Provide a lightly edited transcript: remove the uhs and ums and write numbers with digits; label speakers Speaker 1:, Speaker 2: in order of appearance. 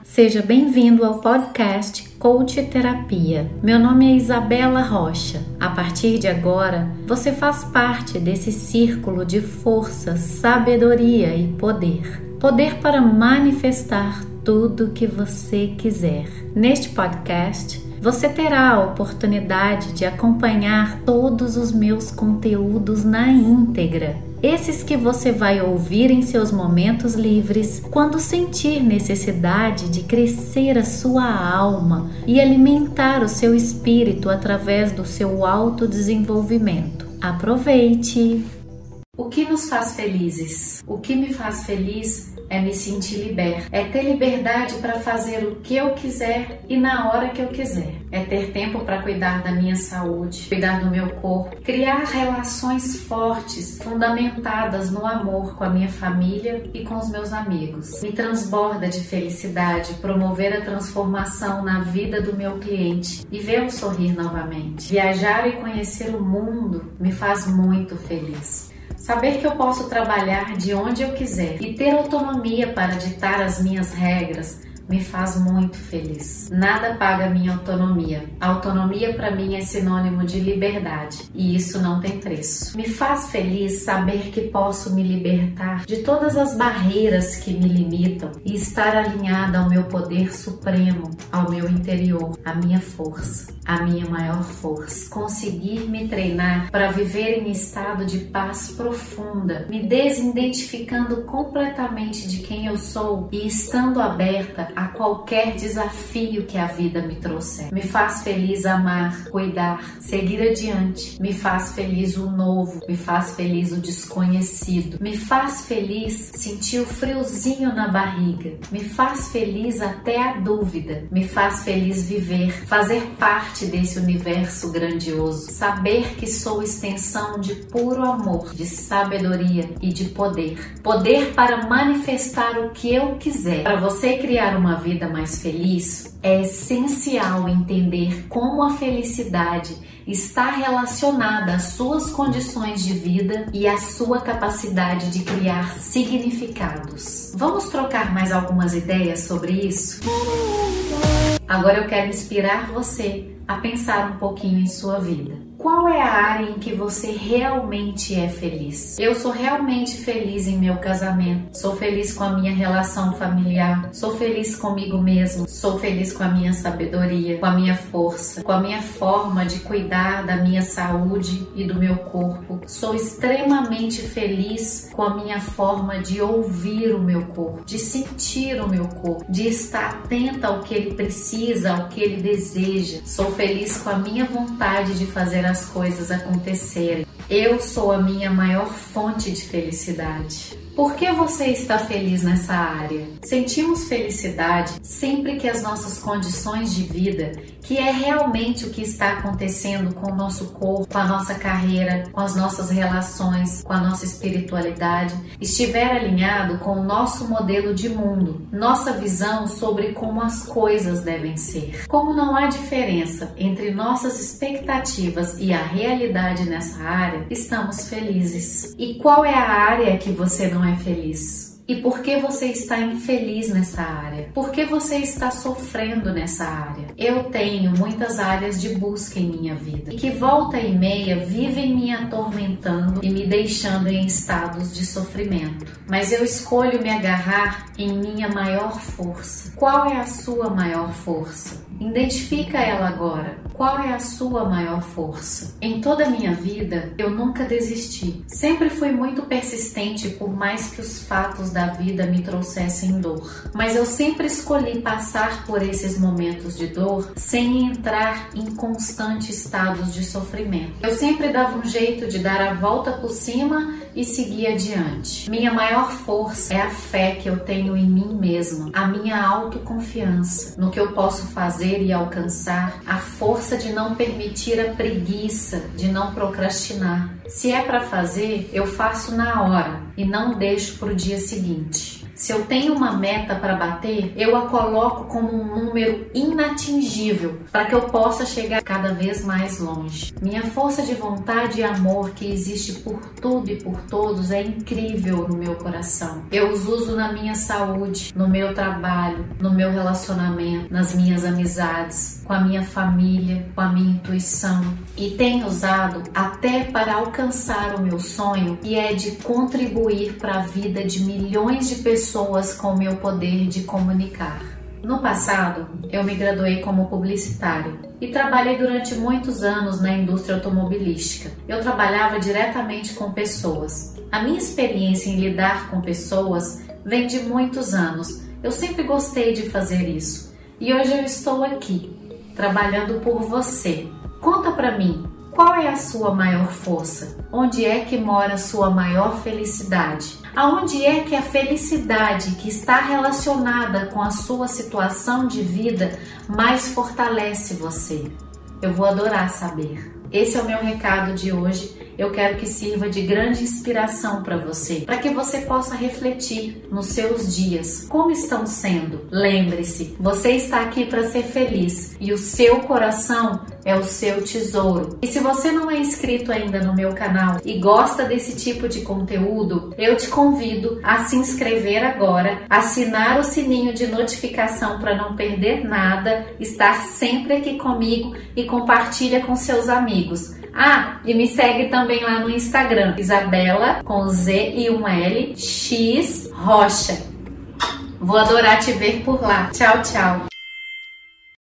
Speaker 1: Seja bem-vindo ao podcast Coach Terapia. Meu nome é Isabela Rocha. A partir de agora, você faz parte desse círculo de força, sabedoria e poder. Poder para manifestar tudo o que você quiser. Neste podcast, você terá a oportunidade de acompanhar todos os meus conteúdos na íntegra. Esses que você vai ouvir em seus momentos livres, quando sentir necessidade de crescer a sua alma e alimentar o seu espírito através do seu autodesenvolvimento. Aproveite! O que nos faz felizes? O que me faz feliz é me sentir liberta, é ter liberdade para fazer o que eu quiser e na hora que eu quiser. É ter tempo para cuidar da minha saúde, cuidar do meu corpo, criar relações fortes, fundamentadas no amor com a minha família e com os meus amigos. Me transborda de felicidade promover a transformação na vida do meu cliente e vê-lo sorrir novamente. Viajar e conhecer o mundo me faz muito feliz. Saber que eu posso trabalhar de onde eu quiser e ter autonomia para ditar as minhas regras me faz muito feliz. Nada paga minha autonomia. A autonomia para mim é sinônimo de liberdade e isso não tem preço. Me faz feliz saber que posso me libertar de todas as barreiras que me limitam e estar alinhada ao meu poder supremo, ao meu interior, à minha força, a minha maior força. Conseguir me treinar para viver em estado de paz profunda, me desidentificando completamente de quem eu sou e estando aberta a qualquer desafio que a vida me trouxer. Me faz feliz amar, cuidar, seguir adiante. Me faz feliz o novo, me faz feliz o desconhecido. Me faz feliz sentir o friozinho na barriga. Me faz feliz até a dúvida. Me faz feliz viver, fazer parte desse universo grandioso. Saber que sou extensão de puro amor, de sabedoria e de poder. Poder para manifestar o que eu quiser. Para você criar uma vida mais feliz, é essencial entender como a felicidade está relacionada às suas condições de vida e à sua capacidade de criar significados. Vamos trocar mais algumas ideias sobre isso? Agora eu quero inspirar você a pensar um pouquinho em sua vida. Qual é a área em que você realmente é feliz? Eu sou realmente feliz em meu casamento, sou feliz com a minha relação familiar, sou feliz comigo mesmo, sou feliz com a minha sabedoria, com a minha força, com a minha forma de cuidar da minha saúde e do meu corpo. Sou extremamente feliz com a minha forma de ouvir o meu corpo, de sentir o meu corpo, de estar atenta ao que ele precisa, ao que ele deseja. Sou feliz com a minha vontade de fazer as coisas acontecerem. Eu sou a minha maior fonte de felicidade. Por que você está feliz nessa área? Sentimos felicidade sempre que as nossas condições de vida, que é realmente o que está acontecendo com o nosso corpo, com a nossa carreira, com as nossas relações, com a nossa espiritualidade, estiver alinhado com o nosso modelo de mundo, nossa visão sobre como as coisas devem ser. Como não há diferença entre nossas expectativas e a realidade nessa área, estamos felizes. E qual é a área que você não é feliz? E por que você está infeliz nessa área? Por que você está sofrendo nessa área? Eu tenho muitas áreas de busca em minha vida e que volta e meia vivem me atormentando e me deixando em estados de sofrimento. Mas eu escolho me agarrar em minha maior força. Qual é a sua maior força? Identifica ela agora. Qual é a sua maior força? Em toda a minha vida, eu nunca desisti. Sempre fui muito persistente, por mais que os fatos da vida me trouxessem dor. Mas eu sempre escolhi passar por esses momentos de dor sem entrar em constantes estados de sofrimento. Eu sempre dava um jeito de dar a volta por cima e seguir adiante. Minha maior força é a fé que eu tenho em mim mesma, a minha autoconfiança no que eu posso fazer e alcançar, a força de não permitir a preguiça, de não procrastinar. Se é para fazer, eu faço na hora e não deixo para o dia seguinte. Se eu tenho uma meta para bater, eu a coloco como um número inatingível para que eu possa chegar cada vez mais longe. Minha força de vontade e amor que existe por tudo e por todos é incrível no meu coração. Eu os uso na minha saúde, no meu trabalho, no meu relacionamento, nas minhas amizades, com a minha família, com a minha intuição, e tenho usado até para alcançar o meu sonho, que é de contribuir para a vida de milhões de pessoas com o meu poder de comunicar. No passado, eu me graduei como publicitário e trabalhei durante muitos anos na indústria automobilística. Eu trabalhava diretamente com pessoas. A minha experiência em lidar com pessoas vem de muitos anos. Eu sempre gostei de fazer isso. E hoje eu estou aqui, trabalhando por você. Conta pra mim, qual é a sua maior força? Onde é que mora a sua maior felicidade? Aonde é que a felicidade que está relacionada com a sua situação de vida mais fortalece você? Eu vou adorar saber. Esse é o meu recado de hoje. Eu quero que sirva de grande inspiração para você, para que você possa refletir nos seus dias. Como estão sendo? Lembre-se, você está aqui para ser feliz e o seu coração é o seu tesouro. E se você não é inscrito ainda no meu canal e gosta desse tipo de conteúdo, eu te convido a se inscrever agora, assinar o sininho de notificação para não perder nada, estar sempre aqui comigo e compartilha com seus amigos. Ah, e me segue também lá no Instagram, Isabela, com Z e um L, X Rocha. Vou adorar te ver por lá. Tchau, tchau.